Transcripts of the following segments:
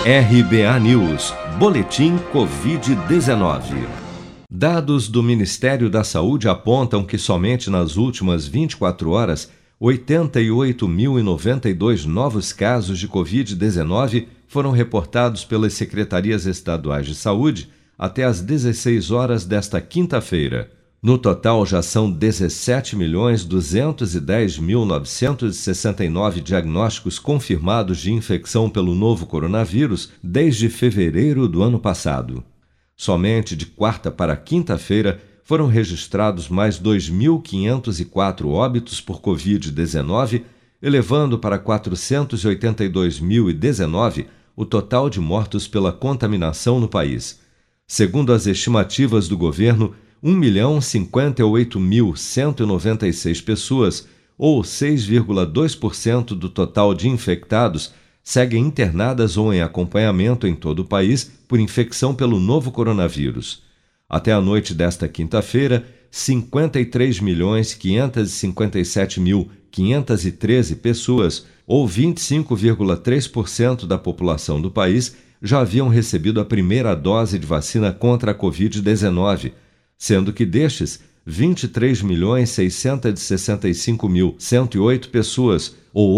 RBA News, Boletim Covid-19. Dados do Ministério da Saúde apontam que somente nas últimas 24 horas, 88.092 novos casos de Covid-19 foram reportados pelas secretarias estaduais de saúde até às 16 horas desta quinta-feira. No total, já são 17.210.969 diagnósticos confirmados de infecção pelo novo coronavírus desde fevereiro do ano passado. Somente de quarta para quinta-feira foram registrados mais 2.504 óbitos por Covid-19, elevando para 482.019 o total de mortos pela contaminação no país. Segundo as estimativas do governo, 1.058.196 pessoas, ou 6,2% do total de infectados, seguem internadas ou em acompanhamento em todo o país por infecção pelo novo coronavírus. Até a noite desta quinta-feira, 53.557.513 pessoas, ou 25,3% da população do país, já haviam recebido a primeira dose de vacina contra a Covid-19, sendo que destes, 23.665.108 pessoas, ou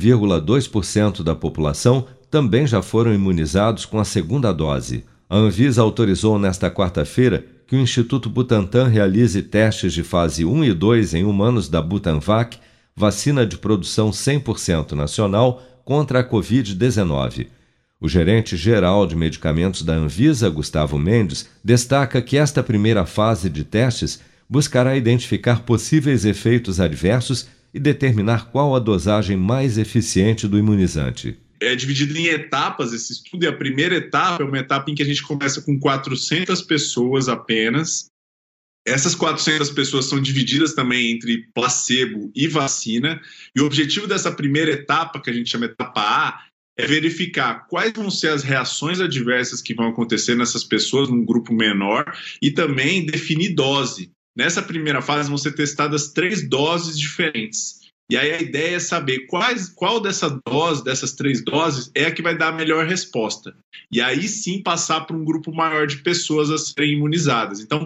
11,2% da população, também já foram imunizados com a segunda dose. A Anvisa autorizou nesta quarta-feira que o Instituto Butantan realize testes de fase 1 e 2 em humanos da Butanvac, vacina de produção 100% nacional contra a Covid-19. O gerente-geral de medicamentos da Anvisa, Gustavo Mendes, destaca que esta primeira fase de testes buscará identificar possíveis efeitos adversos e determinar qual a dosagem mais eficiente do imunizante. É dividido em etapas esse estudo, e a primeira etapa é uma etapa em que a gente começa com 400 pessoas apenas. Essas 400 pessoas são divididas também entre placebo e vacina, e o objetivo dessa primeira etapa, que a gente chama etapa A, é verificar quais vão ser as reações adversas que vão acontecer nessas pessoas num grupo menor e também definir dose. Nessa primeira fase vão ser testadas 3 doses diferentes. E aí a ideia é saber qual dessas 3 doses é a que vai dar a melhor resposta. E aí sim passar para um grupo maior de pessoas a serem imunizadas. Então,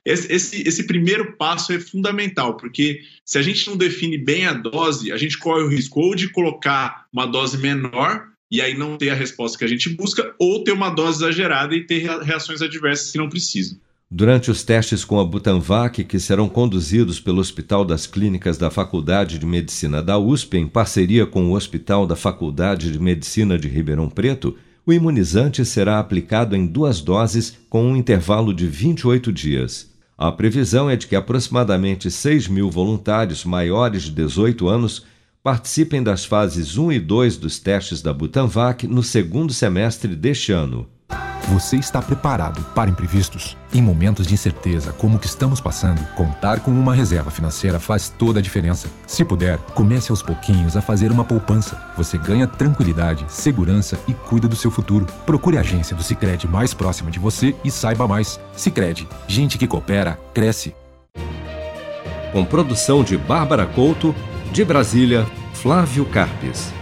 esse primeiro passo é fundamental, porque se a gente não define bem a dose, a gente corre o risco ou de colocar uma dose menor e aí não ter a resposta que a gente busca, ou ter uma dose exagerada e ter reações adversas que não precisam. Durante os testes com a Butanvac, que serão conduzidos pelo Hospital das Clínicas da Faculdade de Medicina da USP, em parceria com o Hospital da Faculdade de Medicina de Ribeirão Preto, o imunizante será aplicado em 2 doses com um intervalo de 28 dias. A previsão é de que aproximadamente 6.000 voluntários maiores de 18 anos participem das fases 1 e 2 dos testes da Butanvac no segundo semestre deste ano. Você está preparado para imprevistos? Em momentos de incerteza como o que estamos passando, contar com uma reserva financeira faz toda a diferença. Se puder, comece aos pouquinhos a fazer uma poupança. Você ganha tranquilidade, segurança e cuida do seu futuro. Procure a agência do Sicredi mais próxima de você e saiba mais. Sicredi, gente que coopera, cresce. Com produção de Bárbara Couto, de Brasília, Flávio Carpes.